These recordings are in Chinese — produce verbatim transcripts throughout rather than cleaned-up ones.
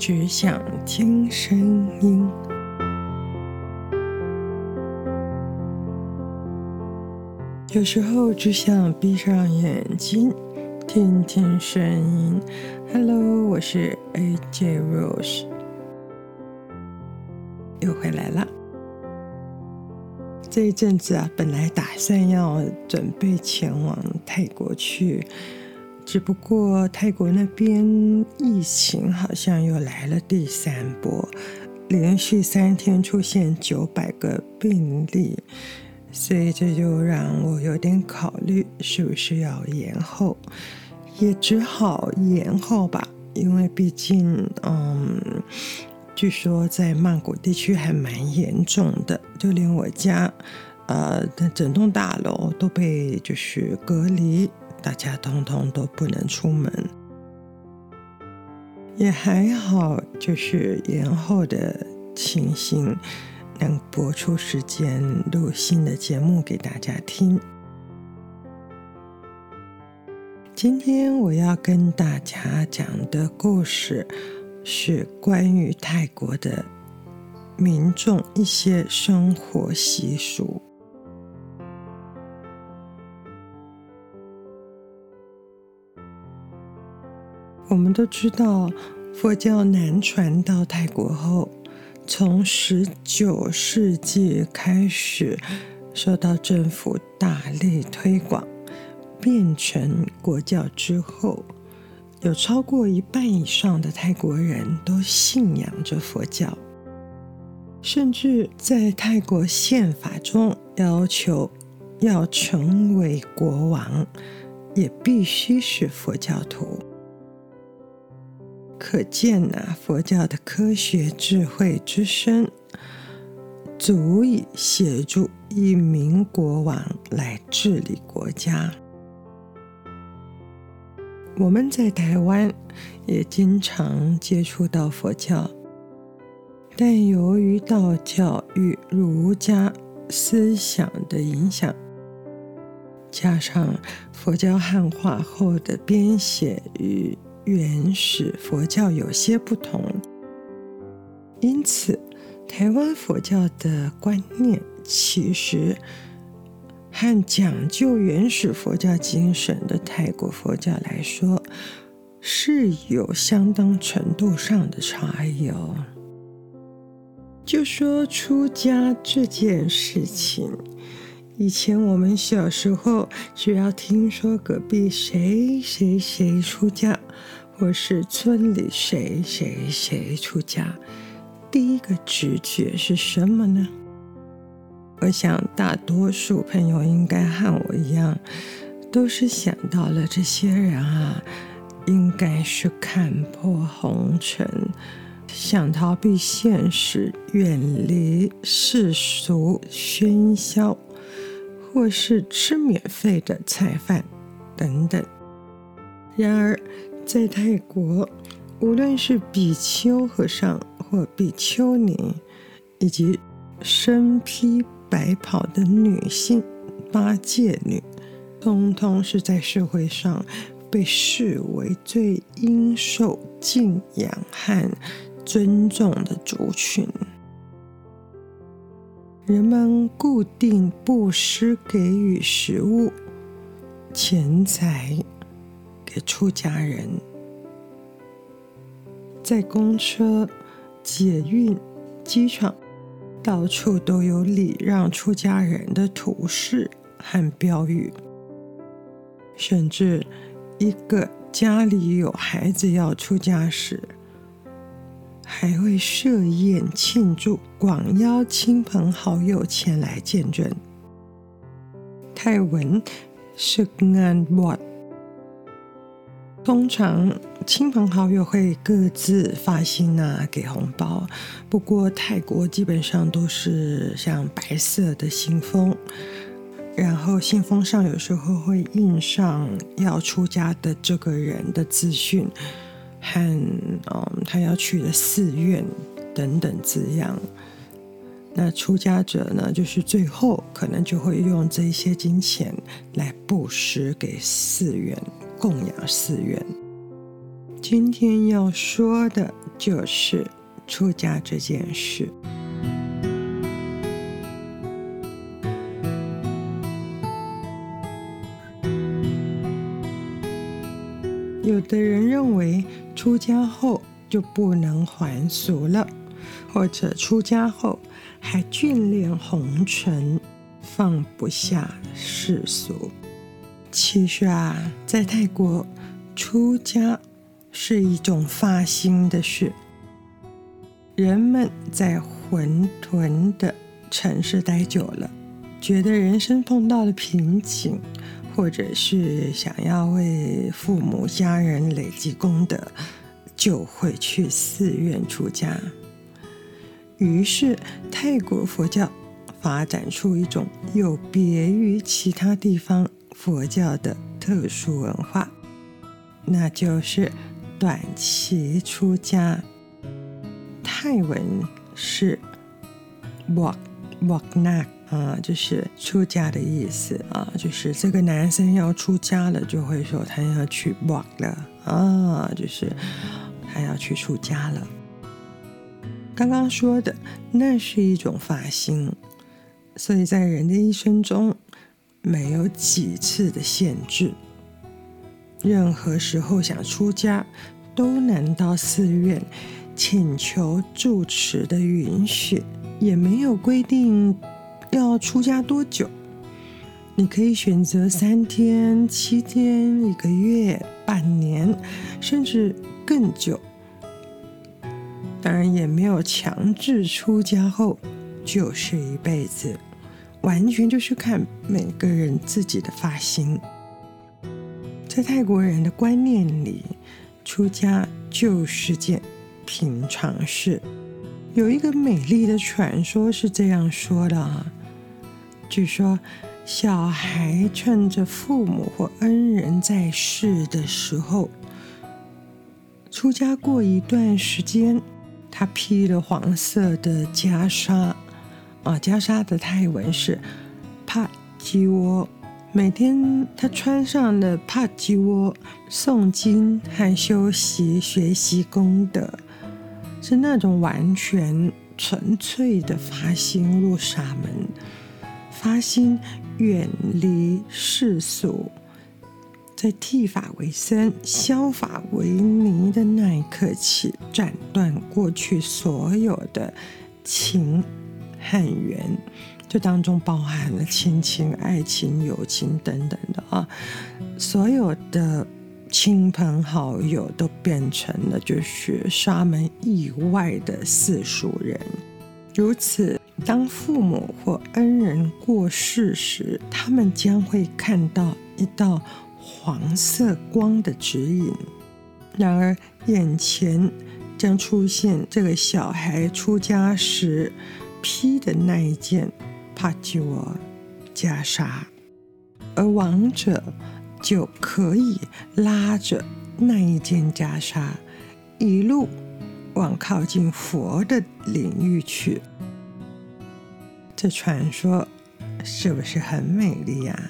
只想听声音。有时候只想闭上眼睛，听听声音。Hello， 我是 A J Rose， 又回来了。这一阵子啊，本来打算要准备前往泰国去，只不过泰国那边疫情好像又来了第三波，连续三天出现九百个病例，所以这就让我有点考虑是不是要延后，也只好延后吧，因为毕竟嗯。据说在曼谷地区还蛮严重的，就连我家呃整栋大楼都被就是隔离，大家通通都不能出门。也还好，就是延后的情形能播出时间录新的节目给大家听。今天我要跟大家讲的故事是关于泰国的民众一些生活习俗。我们都知道，佛教南传到泰国后，从十九世纪开始受到政府大力推广，变成国教之后，有超过一半以上的泰国人都信仰着佛教，甚至在泰国宪法中要求要成为国王，也必须是佛教徒。可见啊，佛教的科学智慧之深，足以协助一名国王来治理国家。我们在台湾也经常接触到佛教，但由于道教与儒家思想的影响，加上佛教汉化后的编写与原始佛教有些不同，因此台湾佛教的观念其实和讲究原始佛教精神的泰国佛教来说，是有相当程度上的差异哦。就说出家这件事情，以前我们小时候只要听说隔壁谁谁谁出家，或是村里谁谁谁出家，第一个直觉是什么呢？我想大多数朋友应该和我一样，都是想到了这些人啊，应该是看破红尘，想逃避现实，远离世俗喧嚣，或是吃免费的菜饭等等。然而在泰国，无论是比丘和尚或比丘尼，以及身披白袍的女性八戒女，通通是在社会上被视为最应受敬仰和尊重的族群。人们固定布施给予食物、钱财给出家人，在公车、捷运、机场到处都有礼让出家人的图示和标语，甚至一个家里有孩子要出家时，还会设宴庆祝，广邀亲朋好友前来见证。泰文是 ngan wat， 通常亲朋好友会各自发心啊，给红包。不过泰国基本上都是像白色的信封，然后信封上有时候会印上要出家的这个人的资讯和、嗯、他要去的寺院等等字样。那出家者呢，就是最后可能就会用这些金钱来布施给寺院，供养寺院。 今天要说的就是出家这件事。有的人认为出家后就不能还俗了，或者出家后还眷恋红尘，放不下世俗。其实啊，在泰国出家是一种发心的事。人们在混沌的城市待久了，觉得人生碰到了瓶颈，或者是想要为父母家人累积功德，就会去寺院出家。于是泰国佛教发展出一种有别于其他地方佛教的特殊文化，那就是短期出家。泰文是 wak waknak 啊，就是出家的意思啊，就是这个男生要出家了，就会说他要去 wak 了啊，就是他要去出家了。刚刚说的那是一种发心，所以在人的一生中没有几次的限制，任何时候想出家都能到寺院请求住持的允许，也没有规定要出家多久。你可以选择三天、七天、一个月、半年，甚至更久。当然也没有强制出家后就是一辈子，完全就是看每个人自己的发心。在泰国人的观念里，出家就是件平常事。有一个美丽的传说是这样说的啊，据说小孩趁着父母或恩人在世的时候，出家过一段时间，他披了黄色的袈裟啊，袈裟的泰文是帕基窝。每天他穿上了帕基窝，诵经和修习学习功德，是那种完全纯粹的发心入沙门，发心远离世俗。在剃发为僧、削发为尼的那一刻起，斩断过去所有的情和缘，这当中包含了亲情、爱情、友情等等的啊，所有的亲朋好友都变成了就是沙门以外的世俗人。如此，当父母或恩人过世时，他们将会看到一道黄色光的指引。然而眼前将出现这个小孩出家时披的那一件帕基沃袈裟，而亡者就可以拉着那一件袈裟一路往靠近佛的领域去。这传说是不是很美丽啊？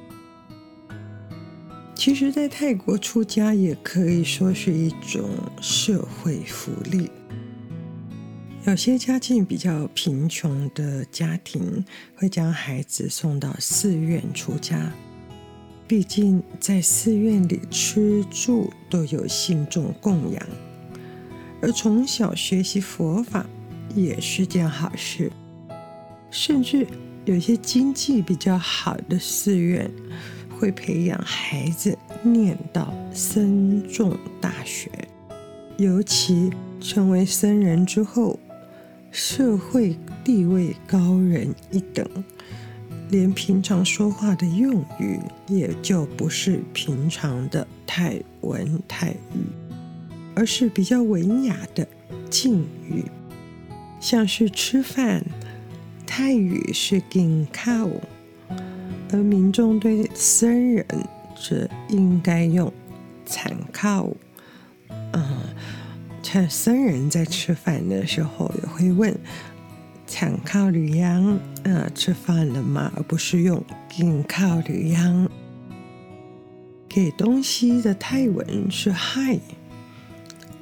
其实在泰国出家也可以说是一种社会福利。有些家境比较贫穷的家庭会将孩子送到寺院出家，毕竟在寺院里吃住都有信众供养，而从小学习佛法也是件好事。甚至有些经济比较好的寺院会培养孩子念到僧众大学，尤其成为僧人之后，社会地位高人一等，连平常说话的用语也就不是平常的泰文泰语，而是比较文雅的敬语，像是吃饭，泰语是 ging kao， 而民众对僧人则应该用惨靠。嗯，看僧人在吃饭的时候也会问惨靠吕央，呃，吃饭了吗？而不是用 ging靠吕央。给东西的泰文是 hai，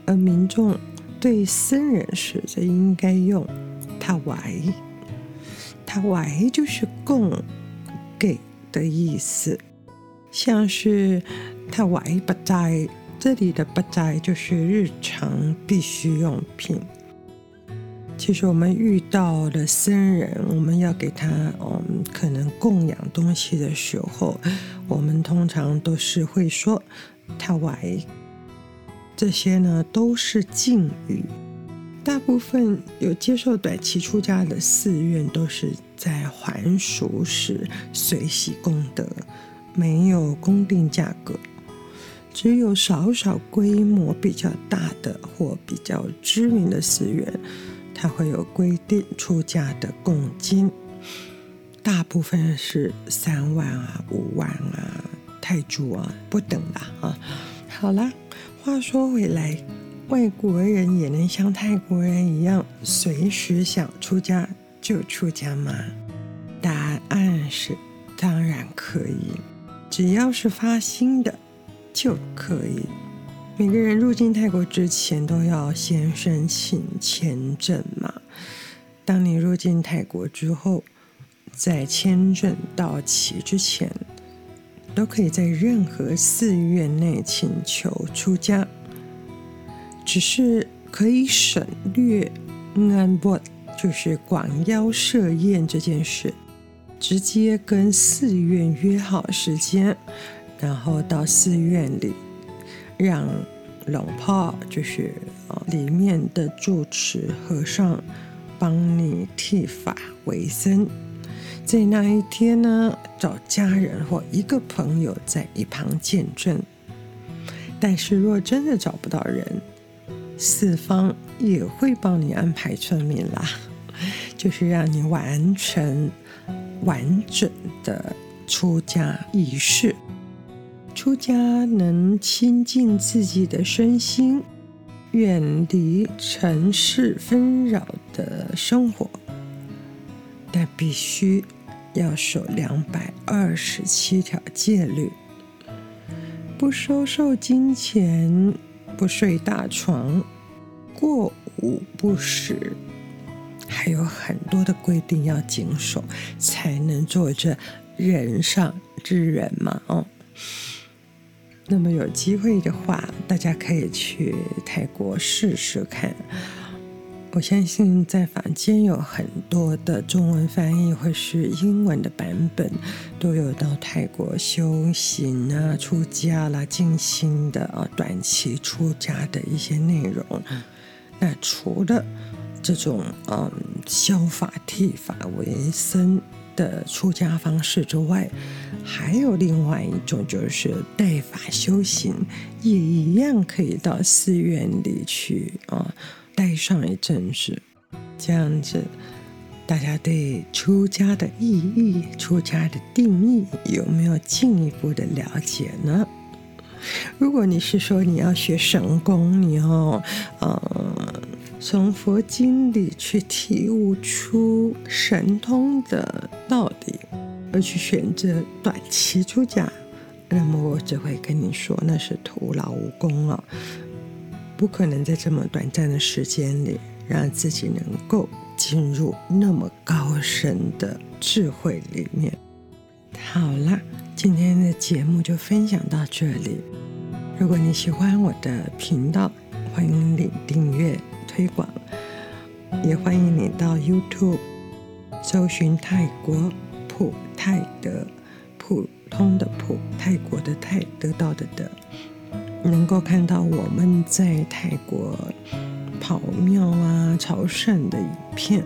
而民众对僧人时则应该用他怀，他怀就是供给的意思，像是他怀不在，这里的不在就是日常必需用品。其实我们遇到的僧人，我们要给他嗯可能供养东西的时候，我们通常都是会说他怀，这些呢都是敬语。大部分有接受短期出家的寺院都是在还俗时随喜功德，没有公定价格，只有少少规模比较大的或比较知名的寺院，它会有规定出家的供金，大部分是三万啊、五万啊、泰铢啊不等啦啊。好啦，话说回来，外国人也能像泰国人一样随时想出家就出家吗？答案是当然可以，只要是发心的就可以。每个人入境泰国之前都要先申请签证嘛。当你入境泰国之后，在签证到期之前，都可以在任何寺院内请求出家，只是可以省略 nganbot 就是广邀设宴这件事，直接跟寺院约好时间，然后到寺院里让龙婆就是里面的住持和尚帮你剃发为僧。在那一天呢，找家人或一个朋友在一旁见证。但是若真的找不到人，寺方也会帮你安排村民啦，就是让你完成完整的出家仪式。出家能亲近自己的身心，远离尘世纷扰的生活，但必须要守两百二十七条戒律：不收受金钱，不睡大床，过午不食，还有很多的规定要谨守，才能做这人上之人嘛哦。那么有机会的话，大家可以去泰国试试看。我相信在坊间有很多的中文翻译或是英文的版本，都有到泰国修行啊、出家啦、静心的啊、短期出家的一些内容。那除了这种嗯削发剃发为僧的出家方式之外，还有另外一种就是带发修行，也一样可以到寺院里去啊，待上一阵子，这样子大家对出家的意义、出家的定义有没有进一步的了解呢？如果你是说你要学神功，你要呃从佛经里去体悟出神通的道理，而去选择短期出家，那么我只会跟你说，那是徒劳无功了，不可能在这么短暂的时间里让自己能够进入那么高深的智慧里面。好啦，今天的节目就分享到这里。如果你喜欢我的频道，欢迎你订阅推广，也欢迎你到 YouTube 搜寻泰国普泰德，普通的普，泰国的泰，得到的得，能够看到我们在泰国跑庙啊、朝圣的影片。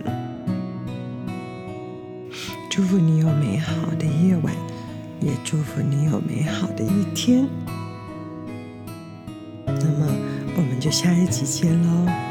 祝福你有美好的夜晚，也祝福你有美好的一天。那么我们就下一集见喽。